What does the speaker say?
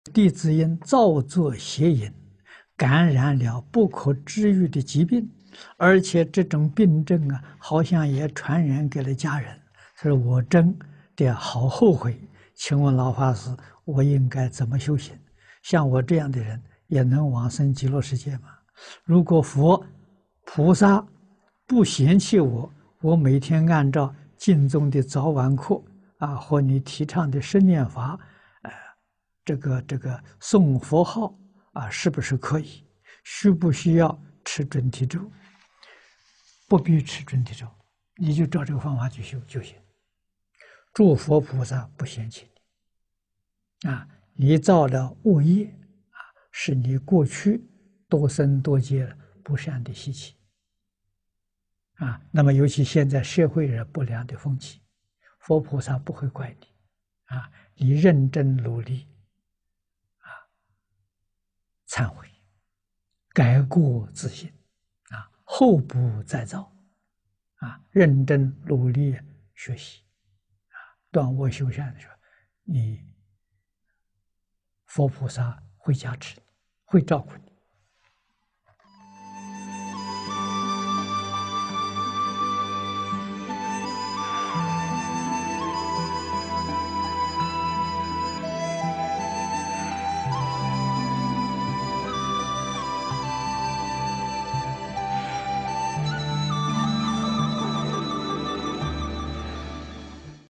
弟子因造作邪淫，感染了不可治愈的疾病，而且这种病症啊，好像也传染给了家人，所以我真的好后悔。请问老法师，我应该怎么修行？像我这样的人也能往生极乐世界吗？如果佛菩萨不嫌弃我，我每天按照经中的早晚课啊，或你提倡的生念法，这个诵佛号啊，是不是可以？需不需要吃准提咒？不必吃准提咒，你就照这个方法去修就行。诸佛菩萨不嫌弃你啊，你造了恶业啊，是你过去多生多劫不善的习气啊。那么尤其现在社会人不良的风气，佛菩萨不会怪你啊，你认真努力忏悔，改过自新啊，后不再造啊，认真努力学习啊，断恶修善的时候，你佛菩萨会加持你，会照顾你。